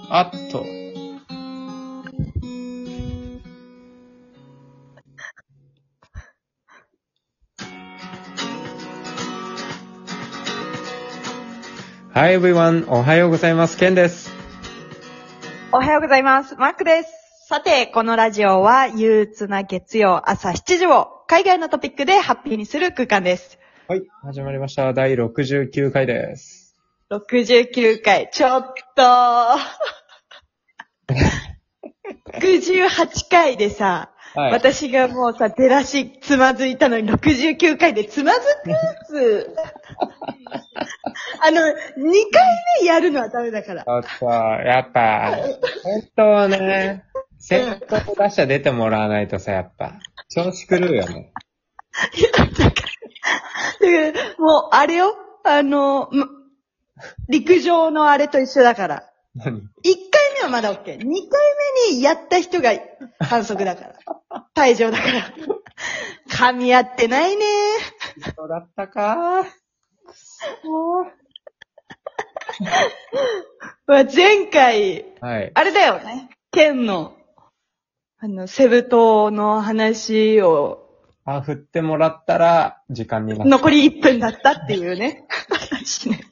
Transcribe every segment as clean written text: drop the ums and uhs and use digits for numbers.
あっと。Hi everyone! おはようございます。ケンです。 おはようございます。マックです。さて、このラジオは憂鬱な月曜朝7時を海外のトピックでハッピーにする空間です。 はい、始まりました。第69回です。 69回。ちょっと、68回でさ、 はい。 私がもうさ、出だしつまずいたのに69回でつまずく2回目やるのはダメだから。 ちょっと、やっぱ、先頭ね、先頭打者出てもらわないとさ、やっぱ、調子狂うよね。 いや、だから、もう、あれよ、陸上のあれと一緒だから。 何？ 1回目はまだ OK。2回目にやった人が反則だから。退場だから。噛み合ってないね。 そうだったか。 前回、 はい。 あれだよね。県の、セブ島の話を、 振ってもらったら、時間になった。 残り1分だったっていうね。話ね。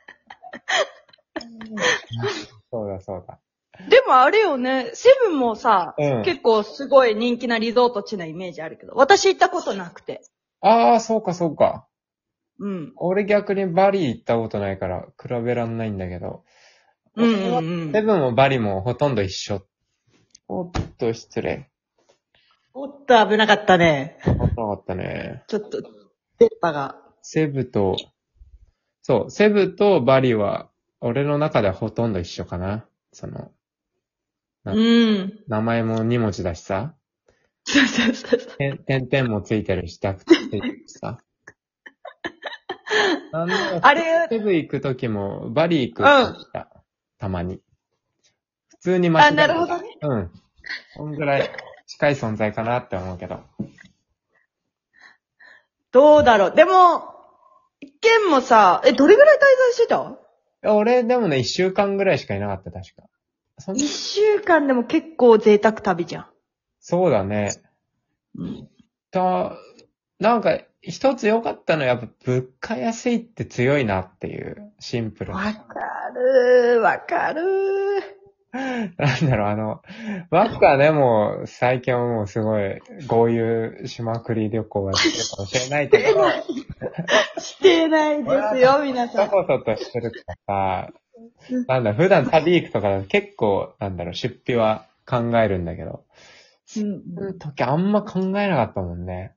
そうだそうだ。 でもあれよね、セブンもさ、 うん結構すごい人気なリゾート地なイメージあるけど、私行ったことなくて。 そうかそうか。 うん。 俺逆にバリ行ったことないから、比べらんないんだけど。 うんセブンもバリもほとんど一緒。おっと、失礼。 おっと危なかったね。 危なかったね。 ちょっと、電波が。 セブとバリは、俺の中ではほとんど一緒かな。 うん。 名前も2文字だしさ。 そうそうそう。 点々もついてるし、ダクトついてるしさ。 あれ、 セブ行くときも、バリ行くって言った。たまに。普通に間違えた。 なるほどね。 うん。こんぐらい近い存在かなって思うけど。 どうだろう。でも、ケンもさ、どれぐらい滞在してた？ 俺でもね、1週間ぐらいしかいなかった、確か。 1週間でも結構贅沢旅じゃん。 そうだね。 うん。 なんか、一つ良かったのはやっぱ物価安いって強いなっていう、シンプルな。 わかる。 なんだろう、バックはね、もう、最近はもうすごい、豪遊しまくり旅行はしてるかもしれないけど。 してないですよ、皆さん。 そこそとしてるからさ、普段旅行くとか結構、出費は考えるんだけど。そういう時あんま考えなかったもんね。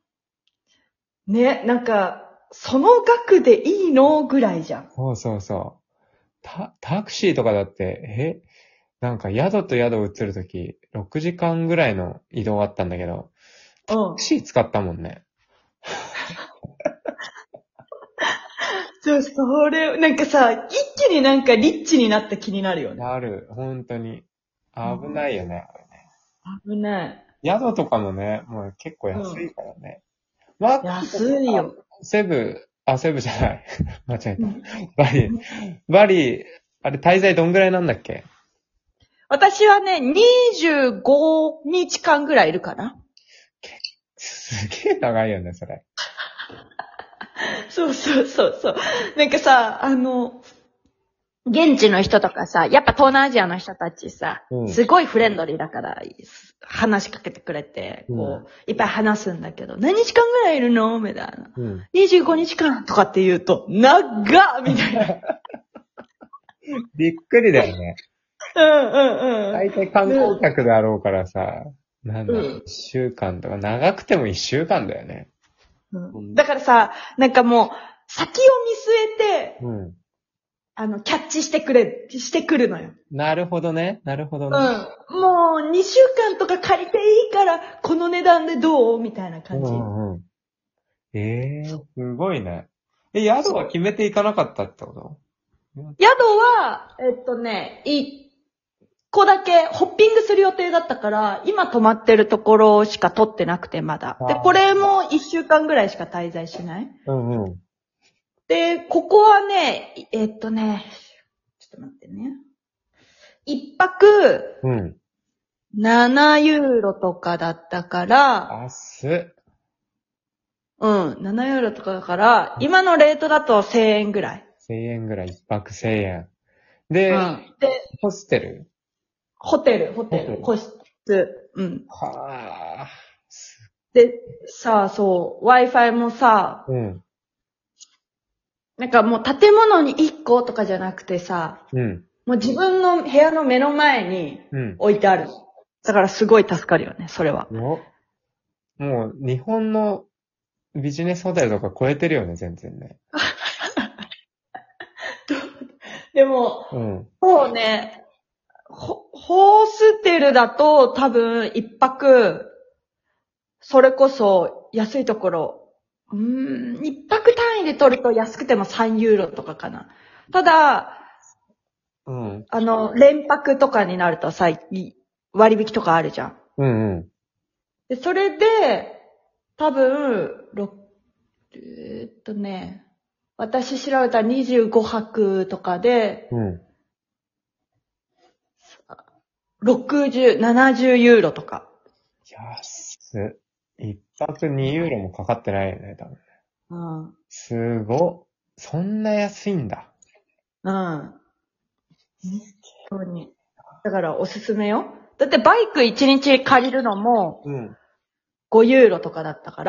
ね、なんか、その額でいいのぐらいじゃん。 そう。タクシーとかだって、なんか宿と宿移るとき、6時間ぐらいの移動あったんだけど、タクシー使ったもんね。 そう、それ、なんかさ、一気になんかリッチになった気になるよね。 ある、本当に。危ないよね、あれね。 危ない。 宿とかもね、もう結構安いからね。 安いよ。 セブじゃない。間違えた。バリ、あれ滞在どんぐらいなんだっけ？ 私はね、25日間ぐらいいるかな。 すげえ長いよね、それ。 そう。なんかさ、現地の人とかさ、やっぱ東南アジアの人たちさ、すごいフレンドリーだから、話しかけてくれて、いっぱい話すんだけど、何日間ぐらいいるのみたいな。25日間とかって言うと、長っみたいな。 びっくりだよね。 うん。 大体観光客であろうからさ、1週間とか、長くても1週間だよね。 だからさ、なんかもう、先を見据えて、キャッチしてくるのよ。 なるほどね。 もう2週間とか借りていいから、この値段でどうみたいな感じ。 すごいね。宿は決めていかなかったってこと？ 宿は、一個だけホッピングする予定だったから、今泊まってるところしか取ってなくてまだ。で、これも1週間ぐらいしか滞在しない。で、ここはね、ちょっと待ってね。 一泊、 うん。 7ユーロとかだったから、 安っ。 うん、7ユーロとかだから、今のレートだと1000円ぐらい。 1000円ぐらい、一泊1000円。 うで、 ん。で、 ホステルホテル、 ホテル個室。うん。 はあ。 で、さ、そう、Wi-Fi もさ、 うん。 なんかもう建物に1個とかじゃなくてさ、 うん。 もう自分の部屋の目の前に置いてある。だからすごい助かるよね、それは。 もう、日本のビジネスホテルとか超えてるよね、全然ね。 でも、 うん。 そうね、ホーステルだと多分一泊、それこそ安いところ、一泊単位で取ると安くても3ユーロとかかな。ただ、 うん。 連泊とかになるとさ、割引とかあるじゃん。 うんうん。 で、それで、多分、私調べたら25泊とかで、 うん。 60、70ユーロとか。 安っ。一泊2ユーロもかかってないよね、多分。 うん。 すごっ。そんな安いんだ。 うん。本当に。だからおすすめよ。だってバイク1日借りるのもうん。 5ユーロとかだったから、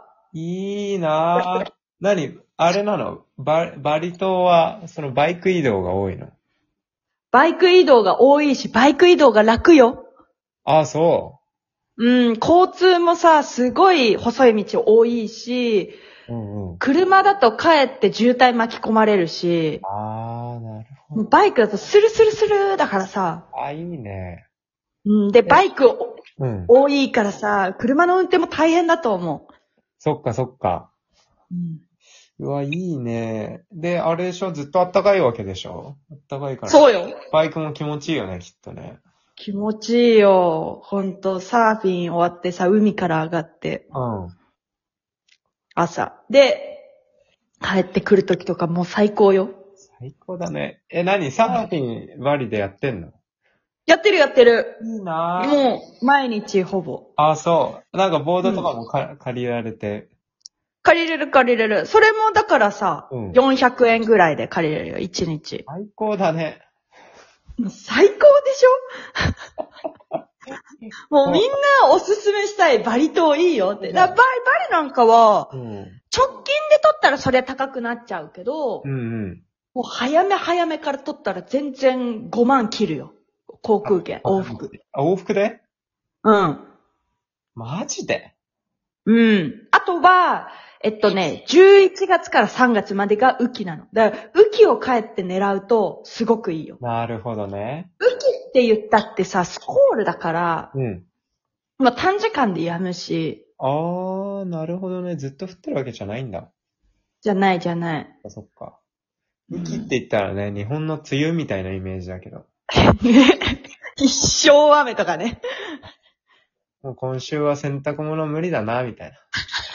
いいなぁ。何あれなのバリ島は、そのバイク移動が多いの？ バイク移動が多いし、バイク移動が楽よ。 ああ、そ交通もさ、すごい細い道多いし、 う。うんうん。 車だとかえって渋滞巻き込まれるし、 ああ、なるほど。 バイクだとスルスルスルだからさ。 あ、いいね。 で、バイクうん。 多いからさ、車の運転も大変だと思そっかそっか。 う。 うわ、いいね。で、あれでしょずっとあったかいわけでしょ？あったかいから。 そうよ。 バイクも気持ちいいよね、きっとね。 気持ちいいよ。ほんと、サーフィン終わってさ、海から上がって、 うん。 朝。で、帰ってくるときとかもう最高よ。 最高だね。何サーフィンバリでやってんの？ やってるやってる。 いいなぁ。 もう、毎日ほぼ。 あ、そう。なんかボードとかも借りられて。 借りれる借りれる。それもだからさ、 うん 400円ぐらいで借りれるよ、1日。 最高だね。 最高でしょ？もうみんなおすすめしたいバリ島いいよって。バリなんかは、 うん。 直近で取ったらそりゃ高くなっちゃうけど、 うんうん。 もう早めから取ったら全然5万切るよ。航空券、往復。 あ、往復で？ うん。 マジで？ あとは、11月から3月までが雨季なの。だから、雨季を帰って狙うと、すごくいいよ。 なるほどね。 雨季って言ったってさ、スコールだから、 うん。 まあ、短時間で止むし、 あー、なるほどね。ずっと降ってるわけじゃないんだ。 じゃない。 そっか。雨季って言ったらね、日本の梅雨みたいなイメージだけど。 一生雨とかね。 もう今週は洗濯物無理だな、みたいな。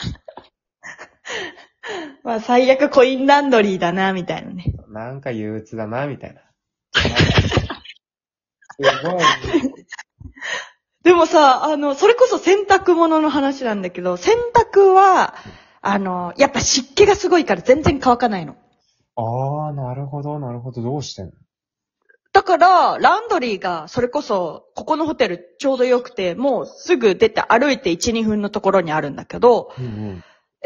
まあ、最悪コインランドリーだな、みたいなね。 なんか憂鬱だな、みたいな。すごい、ね。 でもさ、それこそ洗濯物の話なんだけど、洗濯は、やっぱ湿気がすごいから全然乾かないの。 あー、なるほど。どうしてんの？ だから、ランドリーが、それこそ、ここのホテルちょうどよくて、もうすぐ出て歩いて1、2分のところにあるんだけど、 うんうん。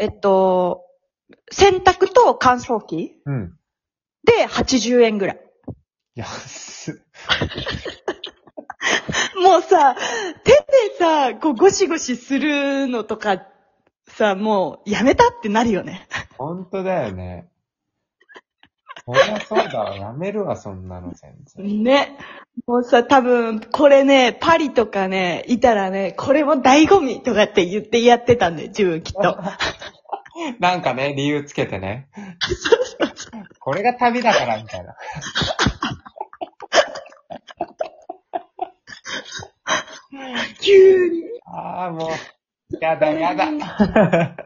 洗濯と乾燥機うん。 で80円ぐらい。 安っ。 もうさ、手でさ、こうゴシゴシするのとか、さ、もうやめたってなるよね。 ほんとだよね。そりゃそうだわ。やめるわ、そんなの全然。 ね。もうさ、多分、これね、パリとかね、いたらね、これも醍醐味とかって言ってやってたんだよ、自分きっと。 なんかね、理由つけてね。これが旅だから、みたいな。 急に。 ああ、もう、やだ。 やだ。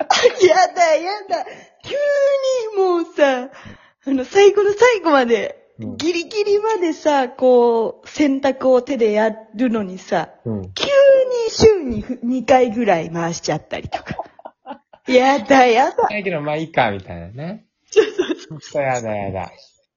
急にもうさ、最後の最後までギリギリまでさ、こう、洗濯を手でやるのにさ、急に週に2回ぐらい回しちゃったりとか。やだ。だけど、まあいいか、みたいなね。そう。やだ。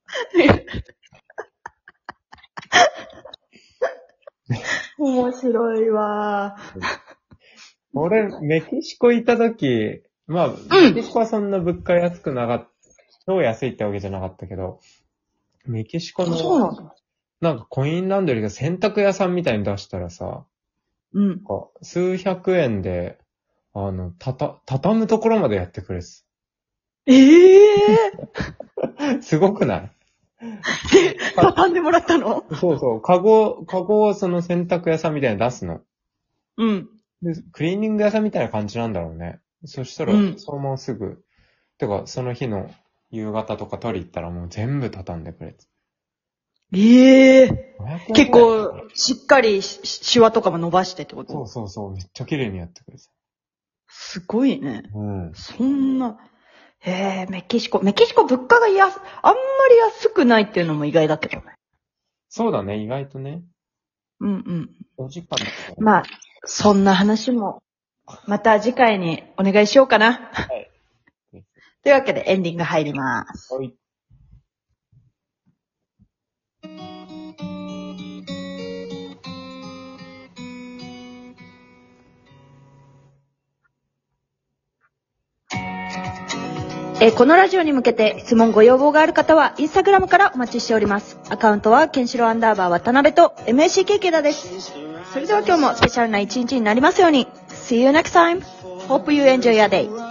面白いわ。 俺、メキシコ行った時、まあ、メキシコはそんな物価安くなかった、超安いってわけじゃなかったけど、メキシコの、なんかコインランドリーが洗濯屋さんみたいに出したらさ、数百円で、畳むところまでやってくれす。すごくない？ 畳んでもらったの？ そう。カゴをその洗濯屋さんみたいに出すの。で、クリーニング屋さんみたいな感じなんだろうね。そしたら、そのまますぐ、てか、その日の夕方とか取り行ったらもう全部畳んでくれて。 結構、しっかりシワとかも伸ばしてってこと？ そう。めっちゃ綺麗にやってくれて。 すごいね。そんな、メキシコ物価があんまり安くないっていうのも意外だけどね。 そうだね、意外とね。お時間だね。 まあ、そんな話も、また次回にお願いしようかな。はい。というわけでエンディング入ります。はい。このラジオに向けて質問ご要望がある方はインスタグラムからお待ちしております。アカウントはケンシロウ_渡辺と MACK 池田です。それでは今日もスペシャルな一日になりますように。See you next time. Hope you enjoy your day.